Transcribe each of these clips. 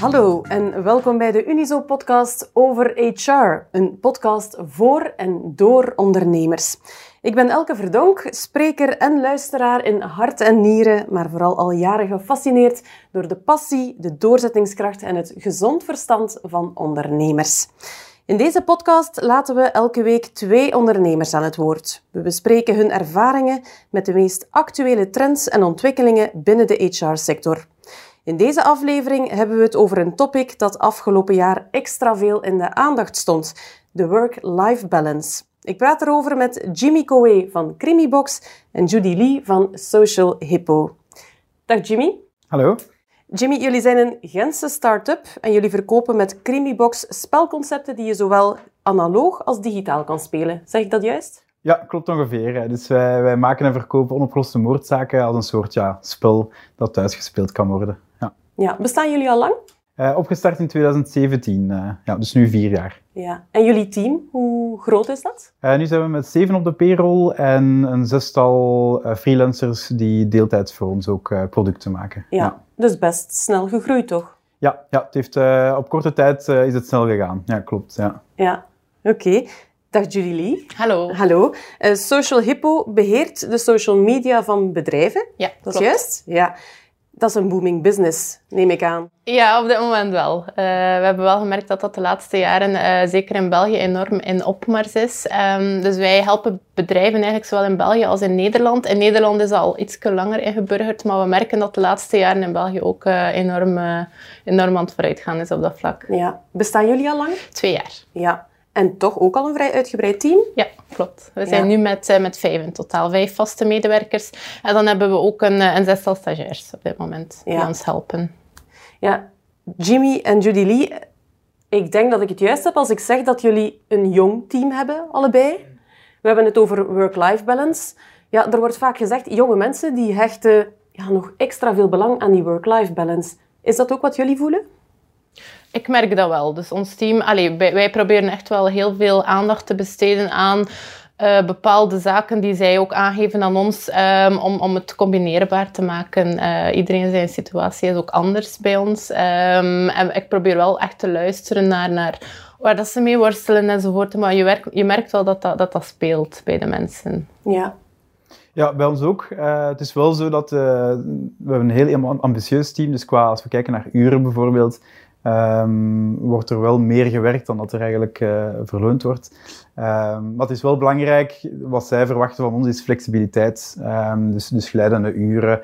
Hallo en welkom bij de Unizo-podcast over HR. Een podcast voor en door ondernemers. Ik ben Elke Verdonk, spreker en luisteraar in hart en nieren, maar vooral al jaren gefascineerd door de passie, de doorzettingskracht en het gezond verstand van ondernemers. In deze podcast laten we elke week 2 ondernemers aan het woord. We bespreken hun ervaringen met de meest actuele trends en ontwikkelingen binnen de HR-sector. In deze aflevering hebben we het over een topic dat afgelopen jaar extra veel in de aandacht stond: de work-life balance. Ik praat erover met Jimmy Coué van Creamybox en Judy Lee van Social Hippo. Dag Jimmy. Hallo. Jimmy, jullie zijn een Gentse start-up en jullie verkopen met Creamybox spelconcepten die je zowel analoog als digitaal kan spelen. Zeg ik dat juist? Ja, klopt ongeveer. Dus wij maken en verkopen onopgeloste moordzaken als een soort spel dat thuis gespeeld kan worden. Ja, bestaan jullie al lang? Opgestart in 2017, dus nu 4 jaar. Ja. En jullie team, hoe groot is dat? Nu zijn we met 7 op de payroll en een 6-tal freelancers die deeltijds voor ons ook producten maken. Ja, dus best snel gegroeid toch? Ja, het heeft, op korte tijd is het snel gegaan. Ja, klopt. Ja, oké. Dag Judy Lee. Hallo. Hallo. Social Hippo beheert de social media van bedrijven. Ja, dat klopt. is juist? Ja. Dat is een booming business, neem ik aan. Ja, op dit moment wel. We hebben wel gemerkt dat dat de laatste jaren, zeker in België, enorm in opmars is. Dus wij helpen bedrijven eigenlijk zowel in België als in Nederland. In Nederland is al iets langer ingeburgerd, maar we merken dat de laatste jaren in België ook enorm aan het vooruitgaan is op dat vlak. Ja. Bestaan jullie al lang? 2 jaar. Ja. En toch ook al een vrij uitgebreid team? Ja, klopt. We zijn nu met 5 in totaal. 5 vaste medewerkers. En dan hebben we ook een 6-tal stagiairs op dit moment die ons helpen. Ja, Jimmy en Judy Lee, ik denk dat ik het juist heb als ik zeg dat jullie een jong team hebben, allebei. We hebben het over work-life balance. Ja, er wordt vaak gezegd, jonge mensen die hechten nog extra veel belang aan die work-life balance. Is dat ook wat jullie voelen? Ik merk dat wel. Dus ons team, wij proberen echt wel heel veel aandacht te besteden aan bepaalde zaken die zij ook aangeven aan ons om het combineerbaar te maken. Iedereen zijn situatie is ook anders bij ons. En ik probeer wel echt te luisteren naar waar dat ze mee worstelen enzovoort. Maar je merkt wel dat speelt bij de mensen. Ja. Ja, bij ons ook. Het is wel zo dat we hebben een heel ambitieus team. Dus als we kijken naar uren bijvoorbeeld, wordt er wel meer gewerkt dan dat er eigenlijk verloond wordt. Maar het is wel belangrijk, wat zij verwachten van ons is flexibiliteit. Dus glijdende uren,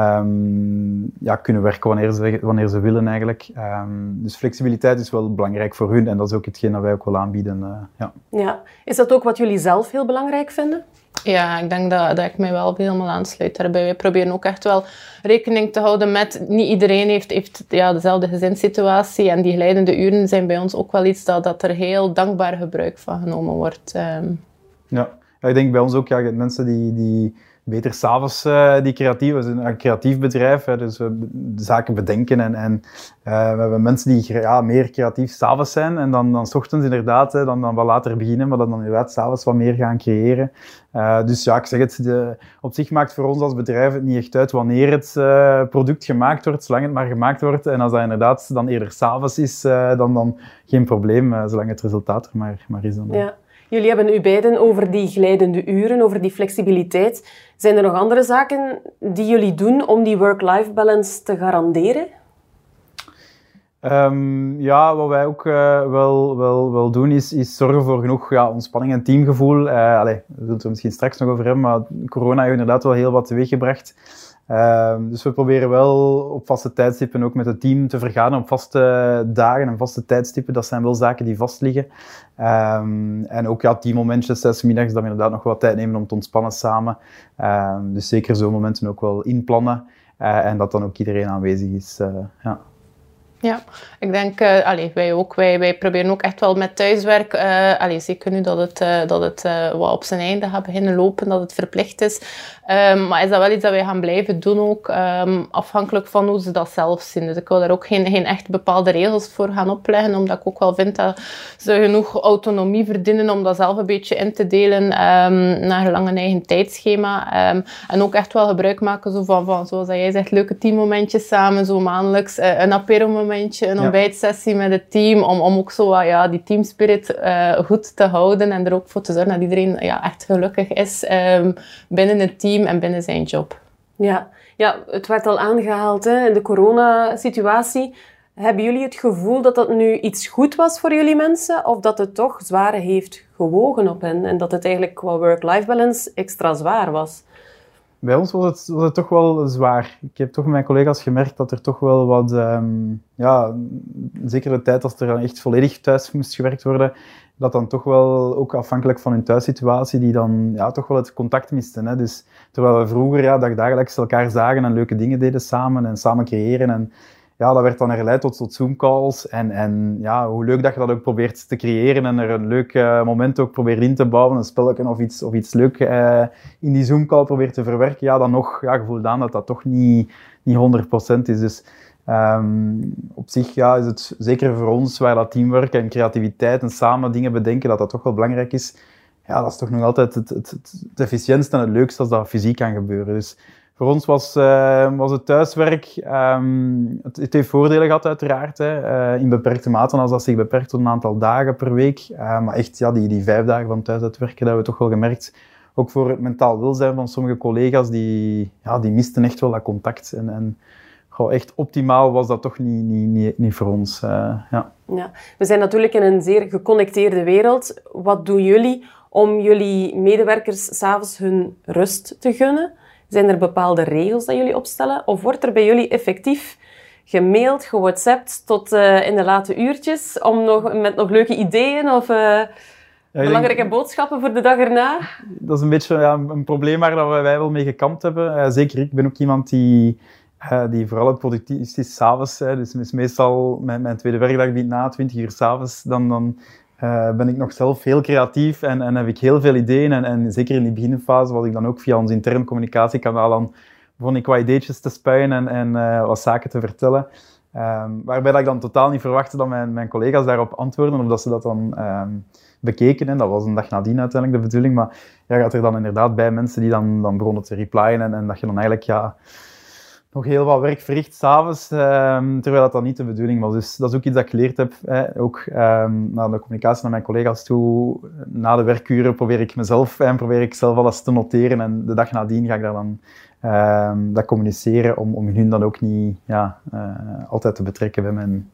kunnen werken wanneer ze willen eigenlijk. Dus flexibiliteit is wel belangrijk voor hun en dat is ook hetgeen dat wij ook wel aanbieden. Ja. Is dat ook wat jullie zelf heel belangrijk vinden? Ja, ik denk dat ik mij wel helemaal aansluit daarbij. Wij proberen ook echt wel rekening te houden met... Niet iedereen heeft dezelfde gezinssituatie en die glijdende uren zijn bij ons ook wel iets dat er heel dankbaar gebruik van genomen wordt. Ja, ik denk bij ons ook mensen die beter s'avonds die creatief, we zijn een creatief bedrijf, dus we zaken bedenken en we hebben mensen die meer creatief s'avonds zijn en dan 's ochtends inderdaad, dan wat later beginnen, maar dan inderdaad s'avonds wat meer gaan creëren. Dus ik zeg het, op zich maakt voor ons als bedrijf het niet echt uit wanneer het product gemaakt wordt, zolang het maar gemaakt wordt. En als dat inderdaad dan eerder s'avonds is, dan geen probleem, zolang het resultaat er maar is dan. Ja. Jullie hebben u beiden over die glijdende uren, over die flexibiliteit. Zijn er nog andere zaken die jullie doen om die work-life balance te garanderen? Wat wij ook wel doen is zorgen voor genoeg ontspanning en teamgevoel. We zullen het er misschien straks nog over hebben, maar corona heeft inderdaad wel heel wat teweeggebracht. Dus we proberen wel op vaste tijdstippen ook met het team te vergaderen op vaste dagen en vaste tijdstippen. Dat zijn wel zaken die vastliggen. En ook teammomentjes, 6 middags, dat we inderdaad nog wat tijd nemen om te ontspannen samen. Dus zeker zo'n momenten ook wel inplannen. En dat dan ook iedereen aanwezig is. Ja, ik denk, wij ook. Wij proberen ook echt wel met thuiswerk, zeker nu dat het wat op zijn einde gaat beginnen lopen, dat het verplicht is. Maar is dat wel iets dat wij gaan blijven doen ook, afhankelijk van hoe ze dat zelf zien. Dus ik wil daar ook geen echt bepaalde regels voor gaan opleggen, omdat ik ook wel vind dat ze genoeg autonomie verdienen om dat zelf een beetje in te delen naar gelang een eigen tijdschema. En ook echt wel gebruik maken van zoals jij zegt, leuke teammomentjes samen, zo maandelijks, een apéro-moment ontbijtmomentje, een ontbijtsessie met het team, om ook zo die teamspirit goed te houden en er ook voor te zorgen dat iedereen echt gelukkig is binnen het team en binnen zijn job. Ja, het werd al aangehaald in de coronasituatie. Hebben jullie het gevoel dat dat nu iets goed was voor jullie mensen? Of dat het toch zwaar heeft gewogen op hen? En dat het eigenlijk qua work-life balance extra zwaar was? Bij ons was het toch wel zwaar. Ik heb toch met mijn collega's gemerkt dat er toch wel wat... zeker de tijd als er dan echt volledig thuis moest gewerkt worden, dat dan toch wel, ook afhankelijk van hun thuissituatie, die dan toch wel het contact misten. Hè. Dus terwijl we vroeger dagelijks elkaar zagen en leuke dingen deden samen en samen creëren. En dat werd dan herleid tot Zoom-calls. En hoe leuk dat je dat ook probeert te creëren en er een leuk moment ook probeert in te bouwen, een spelletje of iets leuk in die Zoom-call probeert te verwerken, dan nog gevoel aan dat dat toch niet 100% is. Dus op zich is het zeker voor ons, waar dat teamwork en creativiteit en samen dingen bedenken, dat toch wel belangrijk is. Ja, dat is toch nog altijd het efficiëntste en het leukste als dat fysiek kan gebeuren. Dus voor ons was het thuiswerk, het heeft voordelen gehad uiteraard, in beperkte mate, als dat zich beperkt tot een aantal dagen per week. Maar echt, die 5 dagen van thuis uitwerken, dat hebben we toch wel gemerkt. Ook voor het mentaal welzijn van sommige collega's, die misten echt wel dat contact. En echt optimaal was dat toch niet voor ons. Ja, we zijn natuurlijk in een zeer geconnecteerde wereld. Wat doen jullie om jullie medewerkers 's avonds hun rust te gunnen? Zijn er bepaalde regels dat jullie opstellen? Of wordt er bij jullie effectief gemaild, gewhatsappt tot in de late uurtjes met nog leuke ideeën of belangrijke boodschappen voor de dag erna? Dat is een beetje een probleem waar wij wel mee gekampt hebben. Zeker ik ben ook iemand die vooral het productief is 's avonds. Dus meestal mijn tweede werkdag die na 20 uur 's avonds, dan ben ik nog zelf heel creatief en heb ik heel veel ideeën. En zeker in die beginfase was ik dan ook via ons intern communicatiekanaal dan begon ik wat ideetjes te spuien en wat zaken te vertellen. Waarbij dat ik dan totaal niet verwachtte dat mijn collega's daarop antwoorden of dat ze dat dan bekeken. En dat was een dag nadien uiteindelijk de bedoeling. Maar gaat er dan inderdaad bij mensen die dan begonnen te replyen en dat je dan eigenlijk nog heel wat werk verricht 's avonds, terwijl dat niet de bedoeling was. Dus dat is ook iets dat ik geleerd heb. Ook naar de communicatie naar mijn collega's toe. Na de werkuren probeer ik zelf alles te noteren. En de dag nadien ga ik daar dan dat communiceren om hun dan ook niet altijd te betrekken bij mijn...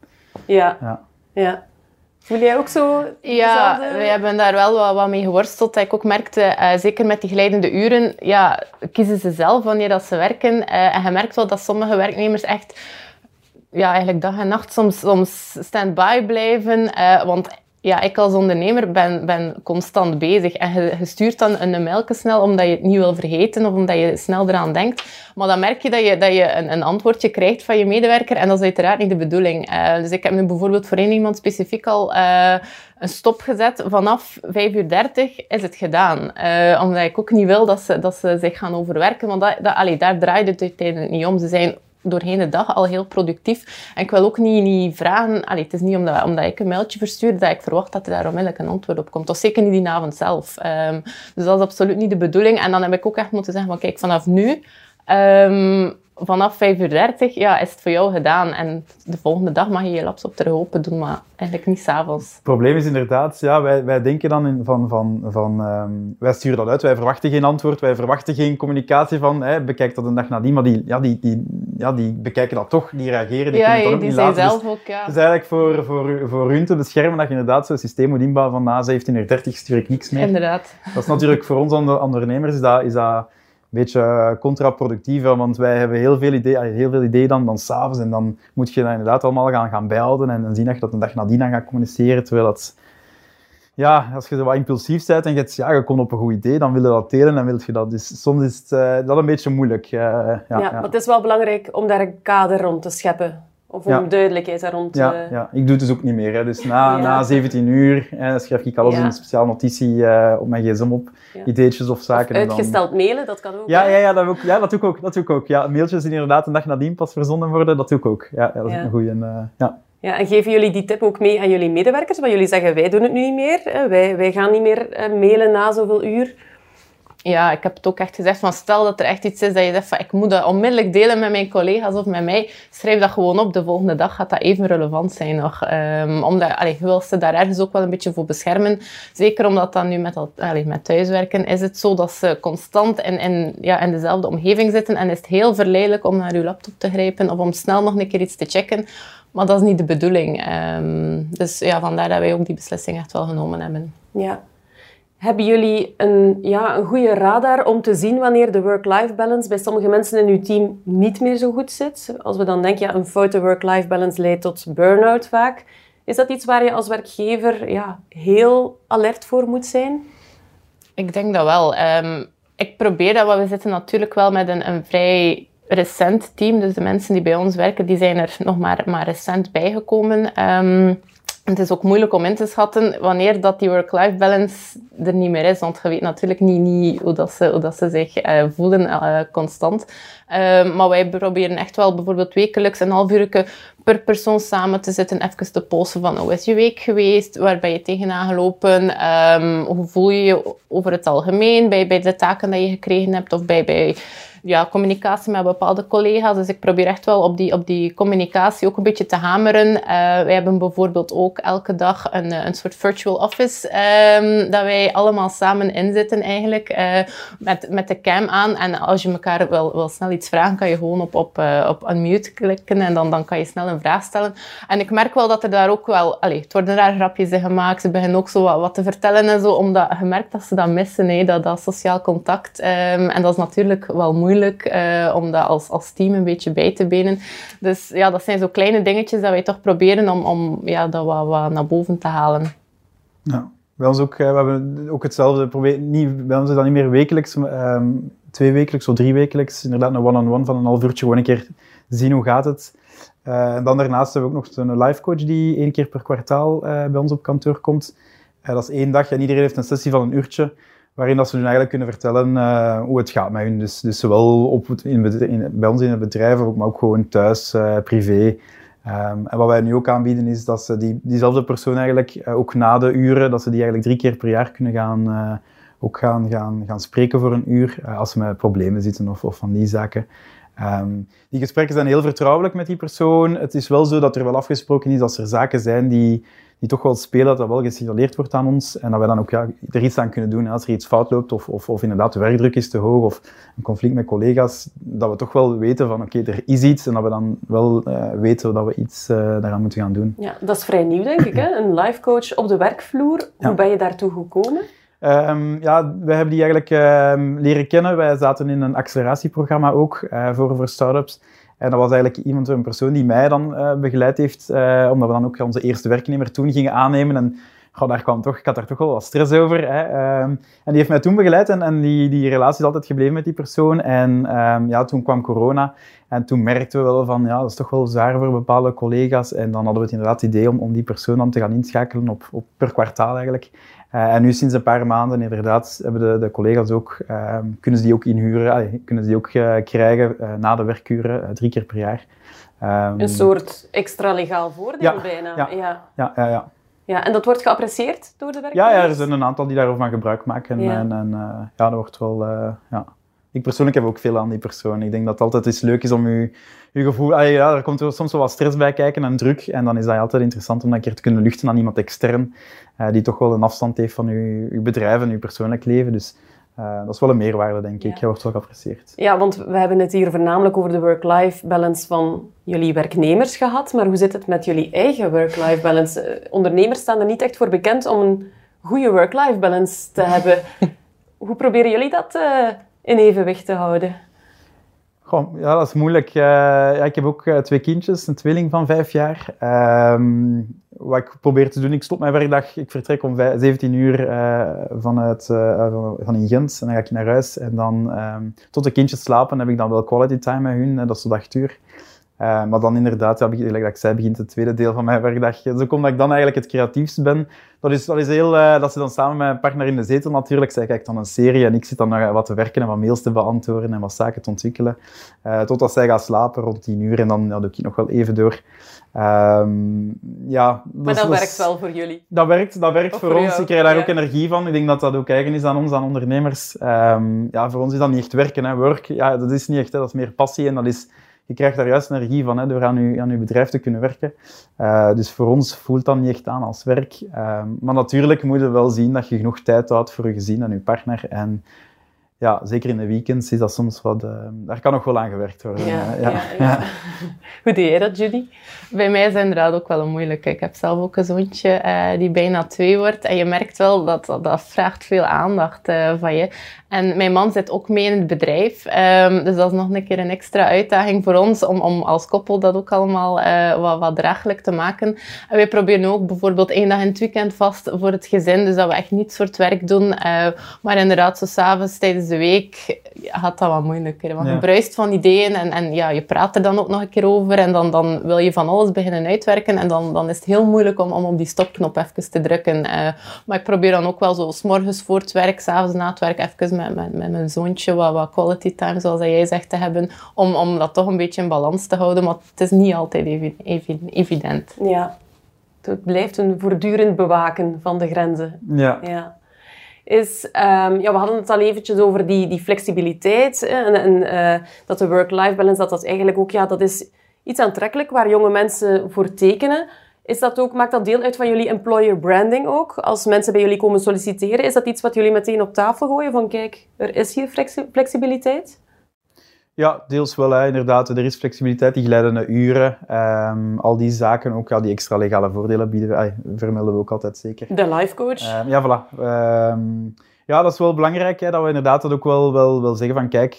Ja. Voel jij ook zo? Ja, wij hebben daar wel wat mee geworsteld. Dat ik ook merkte, zeker met die glijdende uren, kiezen ze zelf wanneer dat ze werken. En je merkt wel dat sommige werknemers echt eigenlijk dag en nacht soms stand-by blijven. Want ik als ondernemer ben constant bezig. En je stuurt dan een mailje snel omdat je het niet wil vergeten of omdat je snel eraan denkt. Maar dan merk je dat je een antwoordje krijgt van je medewerker en dat is uiteraard niet de bedoeling. Dus ik heb nu bijvoorbeeld voor één iemand specifiek al een stop gezet. Vanaf 5:30 is het gedaan. Omdat ik ook niet wil dat ze zich gaan overwerken. Want daar draait het uiteindelijk niet om. Ze zijn doorheen de dag al heel productief. En ik wil ook niet vragen... het is niet omdat ik een mailtje verstuur dat ik verwacht dat er daar onmiddellijk een antwoord op komt. Of zeker niet die avond zelf. Dus dat is absoluut niet de bedoeling. En dan heb ik ook echt moeten zeggen van kijk, vanaf nu... vanaf 5:30 is het voor jou gedaan. En de volgende dag mag je je laptop terug open doen, maar eigenlijk niet 's avonds. Het probleem is inderdaad, wij denken dan wij sturen dat uit, wij verwachten geen antwoord, wij verwachten geen communicatie van, bekijk dat een dag nadien, maar die bekijken dat toch, die reageren, die kunnen dat ook die niet zijn laten. zelf ook, Het is eigenlijk voor hun te beschermen dat je inderdaad zo'n systeem moet inbouwen van na 17:30 stuur ik niks meer. Inderdaad. Dat is natuurlijk voor ons ondernemers is dat een beetje contraproductief, want wij hebben heel veel ideeën dan 's avonds en dan moet je dat inderdaad allemaal gaan bijhouden en zien dat je dat een dag nadien aan gaat communiceren, terwijl dat... als je zo wat impulsief bent en je komt op een goed idee, dan wil je dat delen en wil je dat. Dus soms is dat een beetje moeilijk. Maar het is wel belangrijk om daar een kader rond te scheppen. Of om duidelijkheid daar rond te... Ja, ik doe het dus ook niet meer. Hè. Dus na 17 uur schrijf ik alles in een speciale notitie op mijn gsm op. Ideetjes of zaken. Of uitgesteld mailen, dat kan ook. Dat doe ik ook. Ja, mailtjes die inderdaad een dag nadien pas verzonden worden, dat doe ik ook. Ja, dat is een goeie. Ja, en geven jullie die tip ook mee aan jullie medewerkers? Want jullie zeggen, wij doen het nu niet meer. Wij gaan niet meer mailen na zoveel uur. Ja, ik heb het ook echt gezegd, van stel dat er echt iets is dat je zegt van ik moet dat onmiddellijk delen met mijn collega's of met mij, schrijf dat gewoon op. De volgende dag gaat dat even relevant zijn nog. Omdat je wil ze daar ergens ook wel een beetje voor beschermen. Zeker omdat dan nu met thuiswerken is het zo dat ze constant in dezelfde omgeving zitten en is het heel verleidelijk om naar je laptop te grijpen of om snel nog een keer iets te checken. Maar dat is niet de bedoeling. Dus ja, vandaar dat wij ook die beslissing echt wel genomen hebben. Ja. Hebben jullie een goede radar om te zien wanneer de work-life balance bij sommige mensen in uw team niet meer zo goed zit? Als we dan denken, een foute work-life balance leidt tot burn-out vaak. Is dat iets waar je als werkgever heel alert voor moet zijn? Ik denk dat wel. Ik probeer dat, want we zitten natuurlijk wel met een vrij recent team. Dus de mensen die bij ons werken, die zijn er nog maar recent bijgekomen. Het is ook moeilijk om in te schatten wanneer dat die work-life balance er niet meer is. Want je weet natuurlijk niet hoe dat ze zich voelen constant. Maar wij proberen echt wel bijvoorbeeld wekelijks een half uur per persoon samen te zitten. Even te posten van hoe is je week geweest? Waar ben je tegenaan gelopen? Hoe voel je je over het algemeen bij de taken die je gekregen hebt? Of bij communicatie met bepaalde collega's. Dus ik probeer echt wel op die communicatie ook een beetje te hameren. Wij hebben bijvoorbeeld ook elke dag een soort virtual office dat wij allemaal samen inzitten eigenlijk. Met de cam aan. En als je elkaar wil snel iets vragen, kan je gewoon op unmute klikken en dan kan je snel een vraag stellen. En ik merk wel dat er daar ook wel... het worden daar grapjes in gemaakt. Ze beginnen ook zo wat te vertellen en zo. Omdat je merkt dat ze dat missen, dat sociaal contact. En dat is natuurlijk wel moeilijk. Om dat als team een beetje bij te benen. Dus ja, dat zijn zo kleine dingetjes dat wij toch proberen om dat wat naar boven te halen. Ja, bij ons ook, we hebben ook hetzelfde proberen. Bij ons is dat niet meer wekelijks, 2 wekelijks of 3 wekelijks. Inderdaad een one-on-one van een half uurtje, gewoon een keer zien hoe gaat het. En dan daarnaast hebben we ook nog zo'n life coach die 1 keer per kwartaal bij ons op kantoor komt. Dat is 1 dag en iedereen heeft een sessie van 1 uurtje. Waarin dat ze hun eigenlijk kunnen vertellen hoe het gaat met hun. Dus zowel bij ons in het bedrijf, maar ook gewoon thuis, privé. En wat wij nu ook aanbieden is dat ze diezelfde persoon eigenlijk ook na de uren, dat ze die eigenlijk 3 keer per jaar kunnen gaan spreken voor 1 uur. Als ze met problemen zitten of van die zaken. Die gesprekken zijn heel vertrouwelijk met die persoon. Het is wel zo dat er wel afgesproken is als er zaken zijn die toch wel spelen, dat wel gesignaleerd wordt aan ons en dat wij dan ook er iets aan kunnen doen. Als er iets fout loopt of inderdaad de werkdruk is te hoog of een conflict met collega's, dat we toch wel weten van oké, er is iets en dat we dan wel weten dat we iets daaraan moeten gaan doen. Ja, dat is vrij nieuw denk ik, hè? Een life coach op de werkvloer. Hoe ben je daartoe gekomen? We hebben die eigenlijk leren kennen. Wij zaten in een acceleratieprogramma ook voor start-ups. En dat was eigenlijk een persoon die mij dan begeleid heeft, omdat we dan ook onze eerste werknemer toen gingen aannemen. En ik had daar toch wel wat stress over. En die heeft mij toen begeleid en die relatie is altijd gebleven met die persoon. En toen kwam corona en toen merkten we wel van, dat is toch wel zwaar voor bepaalde collega's. En dan hadden we het inderdaad het idee om die persoon dan te gaan inschakelen op per kwartaal eigenlijk. En nu sinds een paar maanden inderdaad hebben de collega's ook, kunnen ze die ook inhuren, kunnen ze die ook krijgen na de werkuren, 3 keer per jaar. Een soort extra legaal voordeel bijna. Ja, en dat wordt geapprecieerd door de werknemers? Ja, er zijn een aantal die daarvan gebruik maken. En dat wordt wel... Ik persoonlijk heb ook veel aan die persoon. Ik denk dat het altijd eens leuk is om je gevoel... er komt er soms wel wat stress bij kijken en druk. En dan is dat altijd interessant om dat een keer te kunnen luchten aan iemand extern. Die toch wel een afstand heeft van je bedrijf en je persoonlijk leven. Dus dat is wel een meerwaarde, denk ik. Dat wordt wel geapprecieerd. Ja, want we hebben het hier voornamelijk over de work-life balance van jullie werknemers gehad. Maar hoe zit het met jullie eigen work-life balance? Ondernemers staan er niet echt voor bekend om een goede work-life balance te hebben. Hoe proberen jullie dat in evenwicht te houden? Goh, ja, dat is moeilijk. Ik heb ook 2 kindjes, een tweeling van 5 jaar. Wat ik probeer te doen, ik stop mijn werkdag, ik vertrek om 17 uur van in Gent en dan ga ik naar huis. En dan tot de kindjes slapen heb ik dan wel quality time met hun, dat is tot 8 uur. Maar dan inderdaad, ja, dat ik zei, begint het tweede deel van mijn werkdag. Dus ook omdat ik dan eigenlijk het creatiefst ben. Dat is heel... dat ze dan samen met mijn partner in de zetel natuurlijk. Zij kijkt dan een serie en ik zit dan nog wat te werken en wat mails te beantwoorden en wat zaken te ontwikkelen. Totdat zij gaat slapen rond 10 uur en dan doe ik nog wel even door. Maar dat werkt wel voor jullie? Dat werkt voor ons. Jou. Ik krijg daar ook energie van. Ik denk dat dat ook eigen is aan ons, aan ondernemers. Voor ons is dat niet echt werken. Hè. Work, ja, dat is niet echt. Hè. Dat is meer passie en dat is... Je krijgt daar juist energie van, hè, door aan je bedrijf te kunnen werken. Dus voor ons voelt dat niet echt aan als werk. Maar natuurlijk moet je wel zien dat je genoeg tijd houdt voor je gezin en je partner. En ja, zeker in de weekends is dat soms wat... daar kan nog wel aan gewerkt worden. Ja. Hoe doe jij dat, Judy? Bij mij is het inderdaad ook wel een moeilijke. Ik heb zelf ook een zoontje die bijna 2 wordt. En je merkt wel dat vraagt veel aandacht van je. En mijn man zit ook mee in het bedrijf. Dus dat is nog een keer een extra uitdaging voor ons om als koppel dat ook allemaal wat draaglijk te maken. En wij proberen ook bijvoorbeeld 1 dag in het weekend vast voor het gezin. Dus dat we echt niet soort werk doen. Maar inderdaad, zo 's avonds tijdens de week gaat dat wat moeilijker. Want je bruist van ideeën en je praat er dan ook nog een keer over. En dan wil je van alles beginnen uitwerken. En dan is het heel moeilijk om op die stopknop even te drukken. Maar ik probeer dan ook wel zo 's morgens voor het werk, 's avonds na het werk even met mijn zoontje wat quality time, zoals jij zegt, te hebben, om dat toch een beetje in balans te houden, maar het is niet altijd evident. Ja, het blijft een voortdurend bewaken van de grenzen. Ja. We hadden het al eventjes over die flexibiliteit en dat de work-life balance, dat eigenlijk ook, dat is iets aantrekkelijk waar jonge mensen voor tekenen. Maakt dat deel uit van jullie employer branding ook? Als mensen bij jullie komen solliciteren, is dat iets wat jullie meteen op tafel gooien? Van kijk, er is hier flexibiliteit? Ja, deels wel. Hè. Inderdaad, er is flexibiliteit, die glijdende uren. Al die zaken, ook die extra legale voordelen vermelden we ook altijd zeker. De life coach? Voilà. Dat is wel belangrijk, hè, dat we inderdaad dat ook wel zeggen van kijk,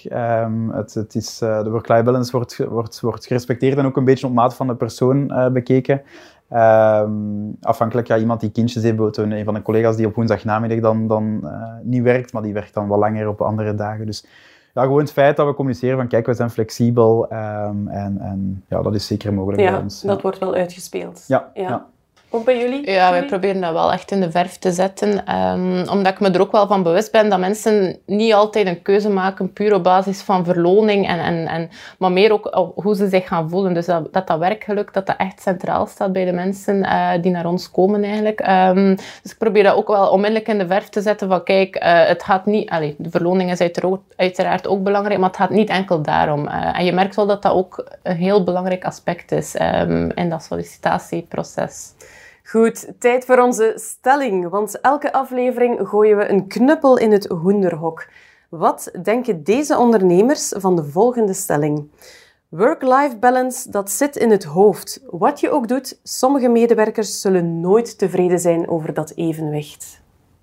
de work-life balance wordt gerespecteerd en ook een beetje op maat van de persoon bekeken. Afhankelijk, iemand die kindjes heeft, bijvoorbeeld een van de collega's die op woensdagnamiddag dan niet werkt, maar die werkt dan wel langer op andere dagen. Dus gewoon het feit dat we communiceren van kijk, we zijn flexibel en dat is zeker mogelijk bij ons. Dat wordt wel uitgespeeld. Ja. Ook bij jullie? Ja, wij proberen dat wel echt in de verf te zetten. Omdat ik me er ook wel van bewust ben dat mensen niet altijd een keuze maken puur op basis van verloning, maar meer ook hoe ze zich gaan voelen. Dus dat werkgeluk, dat echt centraal staat bij de mensen die naar ons komen eigenlijk. Dus ik probeer dat ook wel onmiddellijk in de verf te zetten van kijk, het gaat niet... de verloning is uiteraard ook belangrijk, maar het gaat niet enkel daarom. En je merkt wel dat dat ook een heel belangrijk aspect is in dat sollicitatieproces. Goed, tijd voor onze stelling, want elke aflevering gooien we een knuppel in het hoenderhok. Wat denken deze ondernemers van de volgende stelling? Work-life balance, dat zit in het hoofd. Wat je ook doet, sommige medewerkers zullen nooit tevreden zijn over dat evenwicht.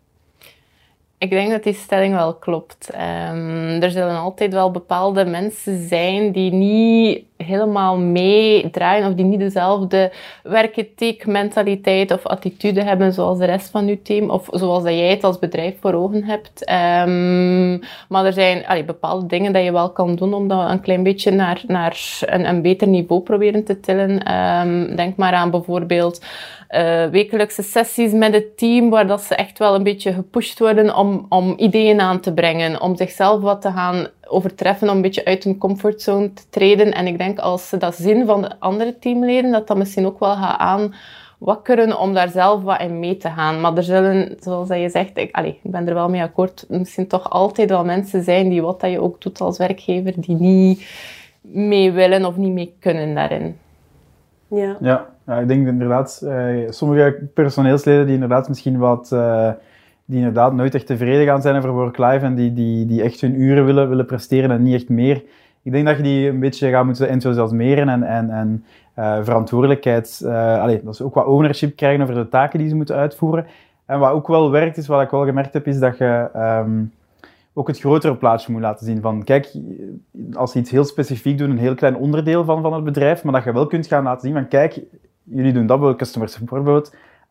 Ik denk dat die stelling wel klopt. Er zullen altijd wel bepaalde mensen zijn die niet helemaal meedraaien of die niet dezelfde werk-ethiek-mentaliteit of attitude hebben zoals de rest van uw team of zoals dat jij het als bedrijf voor ogen hebt. Maar er zijn bepaalde dingen dat je wel kan doen om dat een klein beetje naar een beter niveau proberen te tillen. Denk maar aan bijvoorbeeld wekelijkse sessies met het team, waar dat ze echt wel een beetje gepusht worden om ideeën aan te brengen, om zichzelf wat te gaan overtreffen, om een beetje uit hun comfortzone te treden. En ik denk als ze dat zien van de andere teamleden, dat misschien ook wel gaat aanwakkeren om daar zelf wat in mee te gaan. Maar er zullen, zoals je zegt, ik ben er wel mee akkoord, misschien toch altijd wel mensen zijn die wat dat je ook doet als werkgever, die niet mee willen of niet mee kunnen daarin. Ja, ik denk inderdaad, sommige personeelsleden die inderdaad misschien die inderdaad nooit echt tevreden gaan zijn over work-life en die echt hun uren willen presteren en niet echt meer. Ik denk dat je die een beetje gaat moeten enthousiasmeren en verantwoordelijkheid, dat ze ook wat ownership krijgen over de taken die ze moeten uitvoeren. En wat ook wel werkt, is wat ik wel gemerkt heb, is dat je ook het grotere plaatje moet laten zien. Van kijk, als je iets heel specifiek doet, een heel klein onderdeel van het bedrijf, maar dat je wel kunt gaan laten zien van kijk, jullie doen dat, customer support bijvoorbeeld.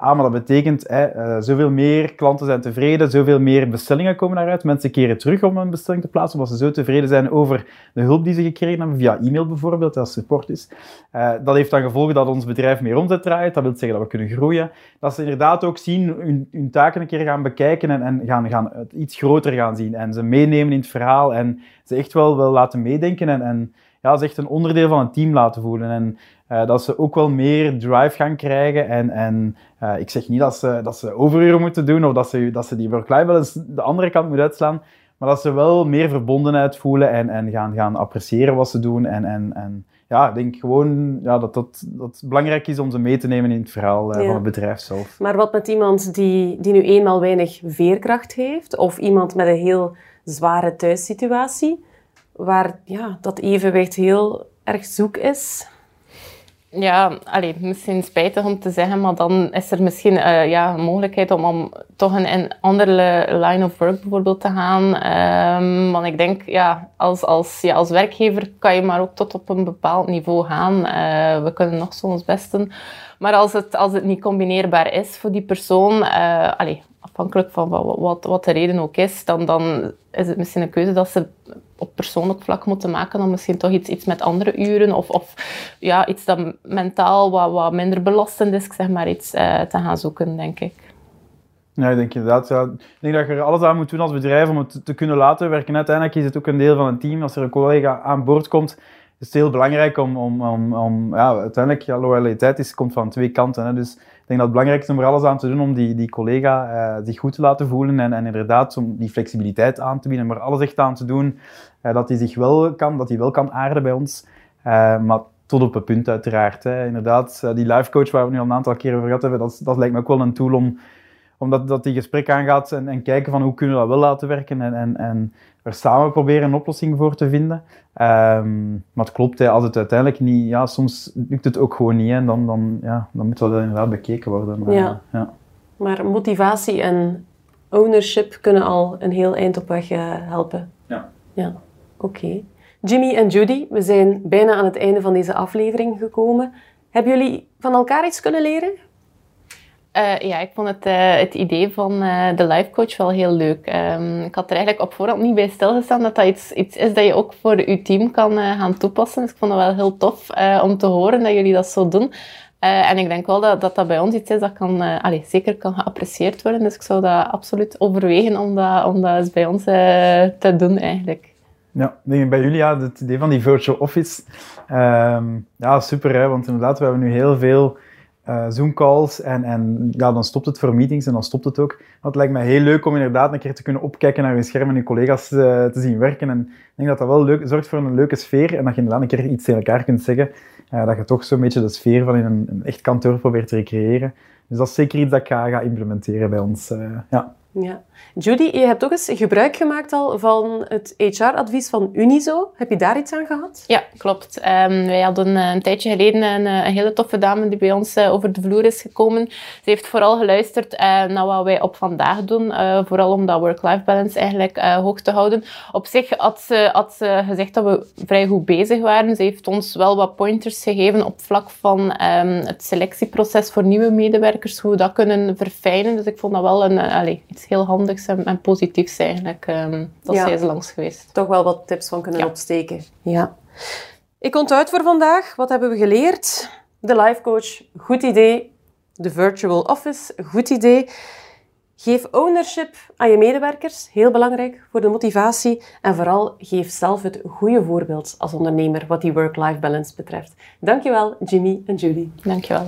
maar dat betekent zoveel meer klanten zijn tevreden, zoveel meer bestellingen komen daaruit. Mensen keren terug om een bestelling te plaatsen, omdat ze zo tevreden zijn over de hulp die ze gekregen hebben, via e-mail bijvoorbeeld, als support is. Dat heeft dan gevolgen dat ons bedrijf meer omzet draait. Dat wil zeggen dat we kunnen groeien. Dat ze inderdaad ook zien, hun taken een keer gaan bekijken en gaan het iets groter gaan zien. En ze meenemen in het verhaal en ze echt wel laten meedenken en ze echt een onderdeel van een team laten voelen. En dat ze ook wel meer drive gaan krijgen. En ik zeg niet dat ze overuren moeten doen of dat ze die work-life balance de andere kant moeten uitslaan. Maar dat ze wel meer verbondenheid voelen en gaan appreciëren wat ze doen. En ik denk gewoon dat het belangrijk is om ze mee te nemen in het verhaal van het bedrijf zelf. Maar wat met iemand die nu eenmaal weinig veerkracht heeft, of iemand met een heel zware thuissituatie, waar dat evenwicht heel erg zoek is? Ja, misschien spijtig om te zeggen, maar dan is er misschien een mogelijkheid om toch een andere line of work bijvoorbeeld te gaan. Want ik denk, als werkgever kan je maar ook tot op een bepaald niveau gaan. We kunnen nog zo ons best doen. Maar als het niet combineerbaar is voor die persoon, afhankelijk van wat de reden ook is, dan is het misschien een keuze dat ze op persoonlijk vlak moeten maken om misschien toch iets met andere uren of iets dat mentaal wat minder belastend is, zeg maar, iets te gaan zoeken, denk ik. Ja, ik denk inderdaad. Ja. Ik denk dat je er alles aan moet doen als bedrijf om het te kunnen laten werken. Uiteindelijk is het ook een deel van een team. Als er een collega aan boord komt, is het heel belangrijk om uiteindelijk, loyaliteit komt van twee kanten. Hè. Dus ik denk dat het belangrijk is om er alles aan te doen om die collega zich goed te laten voelen en inderdaad om die flexibiliteit aan te bieden, maar alles echt aan te doen dat hij wel kan aarden bij ons. Maar tot op een punt uiteraard. Hè. Inderdaad, die life coach waar we nu al een aantal keren over gehad hebben, dat lijkt me ook wel een tool omdat die gesprek aangaat en kijken van hoe kunnen we dat wel laten werken en er samen proberen een oplossing voor te vinden. Maar het klopt, als het uiteindelijk niet... soms lukt het ook gewoon niet en dan moet dat inderdaad bekeken worden. Maar motivatie en ownership kunnen al een heel eind op weg helpen. Ja. Oké. Jimmy en Judy, we zijn bijna aan het einde van deze aflevering gekomen. Hebben jullie van elkaar iets kunnen leren? Ik vond het idee van de life coach wel heel leuk. Ik had er eigenlijk op voorhand niet bij stilgestaan dat iets is dat je ook voor je team kan gaan toepassen. Dus ik vond het wel heel tof om te horen dat jullie dat zo doen. En ik denk wel dat bij ons iets is dat zeker kan geapprecieerd worden. Dus ik zou dat absoluut overwegen om dat eens bij ons te doen eigenlijk. Ja, ik denk bij jullie, het idee van die virtual office. Super, hè, want inderdaad, we hebben nu heel veel Zoom-calls en dan stopt het voor meetings en dan stopt het ook. Maar het lijkt mij heel leuk om inderdaad een keer te kunnen opkijken naar je scherm en je collega's te zien werken. En ik denk dat dat wel zorgt voor een leuke sfeer en dat je inderdaad een keer iets tegen elkaar kunt zeggen. Dat je toch zo'n beetje de sfeer van in een echt kantoor probeert te recreëren. Dus dat is zeker iets dat ik ga implementeren bij ons. Ja. Judy, je hebt ook eens gebruik gemaakt al van het HR-advies van Unizo. Heb je daar iets aan gehad? Ja, klopt. Wij hadden een tijdje geleden een hele toffe dame die bij ons over de vloer is gekomen. Ze heeft vooral geluisterd naar wat wij op vandaag doen. Vooral om dat work-life balance eigenlijk hoog te houden. Op zich had ze gezegd dat we vrij goed bezig waren. Ze heeft ons wel wat pointers gegeven op vlak van het selectieproces voor nieuwe medewerkers. Hoe we dat kunnen verfijnen. Dus ik vond dat wel iets heel handigs en positiefs eigenlijk. Dat zij is langs geweest. Toch wel wat tips van kunnen opsteken. Ja. Ik onthoud voor vandaag. Wat hebben we geleerd? De life coach, goed idee. De virtual office, goed idee. Geef ownership aan je medewerkers. Heel belangrijk voor de motivatie. En vooral geef zelf het goede voorbeeld als ondernemer wat die work-life balance betreft. Dankjewel, Jimmy en Judy. Dankjewel.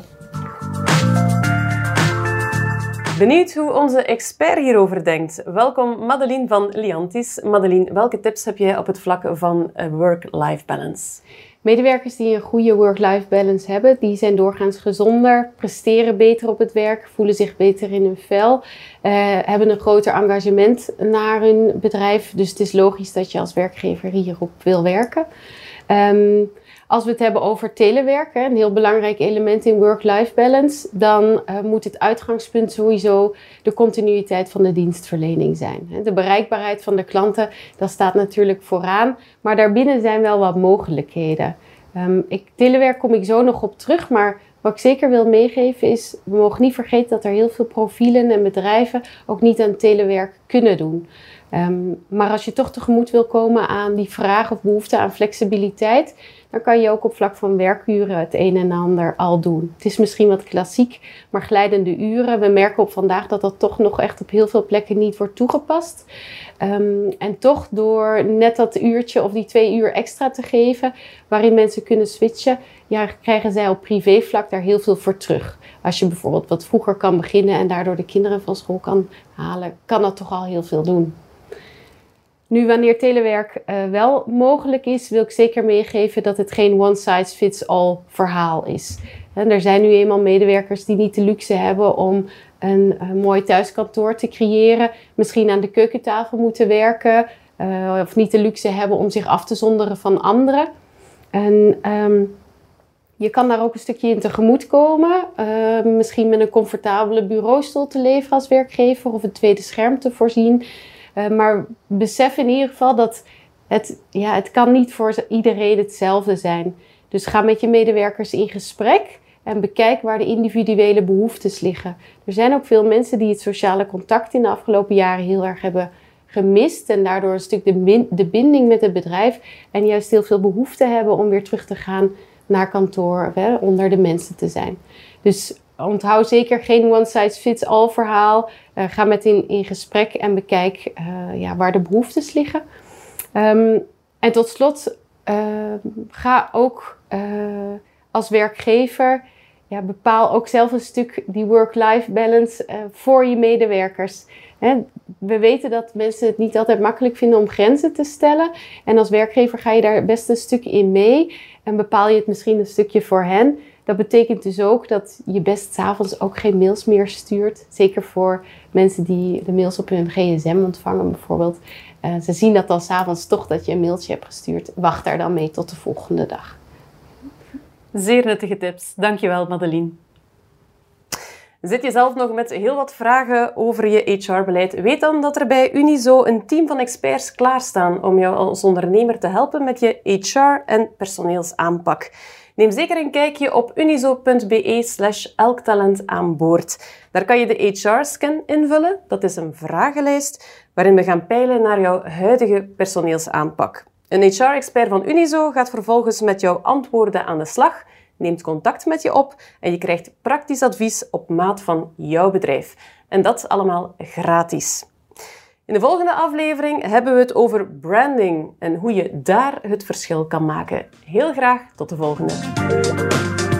Benieuwd hoe onze expert hierover denkt? Welkom Madeleine van Liantis. Madeleine, welke tips heb jij op het vlak van work-life balance? Medewerkers die een goede work-life balance hebben, die zijn doorgaans gezonder, presteren beter op het werk, voelen zich beter in hun vel, hebben een groter engagement naar hun bedrijf. Dus het is logisch dat je als werkgever hierop wil werken. Als we het hebben over telewerken, een heel belangrijk element in work-life balance, dan moet het uitgangspunt sowieso de continuïteit van de dienstverlening zijn. De bereikbaarheid van de klanten, dat staat natuurlijk vooraan, maar daarbinnen zijn wel wat mogelijkheden. Telewerk kom ik zo nog op terug, maar Wat ik zeker wil meegeven is, we mogen niet vergeten dat er heel veel profielen en bedrijven ook niet aan telewerk kunnen doen. Maar als je toch tegemoet wil komen aan die vraag of behoefte aan flexibiliteit, dan kan je ook op vlak van werkuren het een en ander al doen. Het is misschien wat klassiek, maar glijdende uren. We merken op vandaag dat dat toch nog echt op heel veel plekken niet wordt toegepast. En toch door net dat uurtje of die 2 uur extra te geven, waarin mensen kunnen switchen, ja, krijgen zij op privévlak daar heel veel voor terug. Als je bijvoorbeeld wat vroeger kan beginnen en daardoor de kinderen van school kan halen, kan dat toch al heel veel doen. Nu, wanneer telewerk wel mogelijk is, wil ik zeker meegeven dat het geen one-size-fits-all verhaal is. En er zijn nu eenmaal medewerkers die niet de luxe hebben om een mooi thuiskantoor te creëren. Misschien aan de keukentafel moeten werken. Of niet de luxe hebben om zich af te zonderen van anderen. En je kan daar ook een stukje in tegemoet komen. Misschien met een comfortabele bureaustoel te leveren als werkgever of een tweede scherm te voorzien. Maar besef in ieder geval dat het kan niet voor iedereen hetzelfde zijn. Dus ga met je medewerkers in gesprek en bekijk waar de individuele behoeftes liggen. Er zijn ook veel mensen die het sociale contact in de afgelopen jaren heel erg hebben gemist. En daardoor een stuk de binding met het bedrijf en juist heel veel behoefte hebben om weer terug te gaan naar kantoor, onder de mensen te zijn. Dus onthoud zeker geen one-size-fits-all verhaal. Ga met in gesprek en bekijk waar de behoeftes liggen. En tot slot, ga ook als werkgever, bepaal ook zelf een stuk die work-life balance voor je medewerkers. We weten dat mensen het niet altijd makkelijk vinden om grenzen te stellen. En als werkgever ga je daar best een stuk in mee en bepaal je het misschien een stukje voor hen. Dat betekent dus ook dat je best 's avonds ook geen mails meer stuurt. Zeker voor mensen die de mails op hun gsm ontvangen bijvoorbeeld. Ze zien dat dan 's avonds toch dat je een mailtje hebt gestuurd. Wacht daar dan mee tot de volgende dag. Zeer nuttige tips. Dankjewel, Madeleine. Zit je zelf nog met heel wat vragen over je HR-beleid? Weet dan dat er bij Unizo een team van experts klaarstaan om jou als ondernemer te helpen met je HR- en personeelsaanpak. Neem zeker een kijkje op unizo.be/elktalentaanboord. Daar kan je de HR-scan invullen. Dat is een vragenlijst waarin we gaan peilen naar jouw huidige personeelsaanpak. Een HR-expert van Unizo gaat vervolgens met jouw antwoorden aan de slag, neemt contact met je op en je krijgt praktisch advies op maat van jouw bedrijf. En dat allemaal gratis. In de volgende aflevering hebben we het over branding en hoe je daar het verschil kan maken. Heel graag tot de volgende.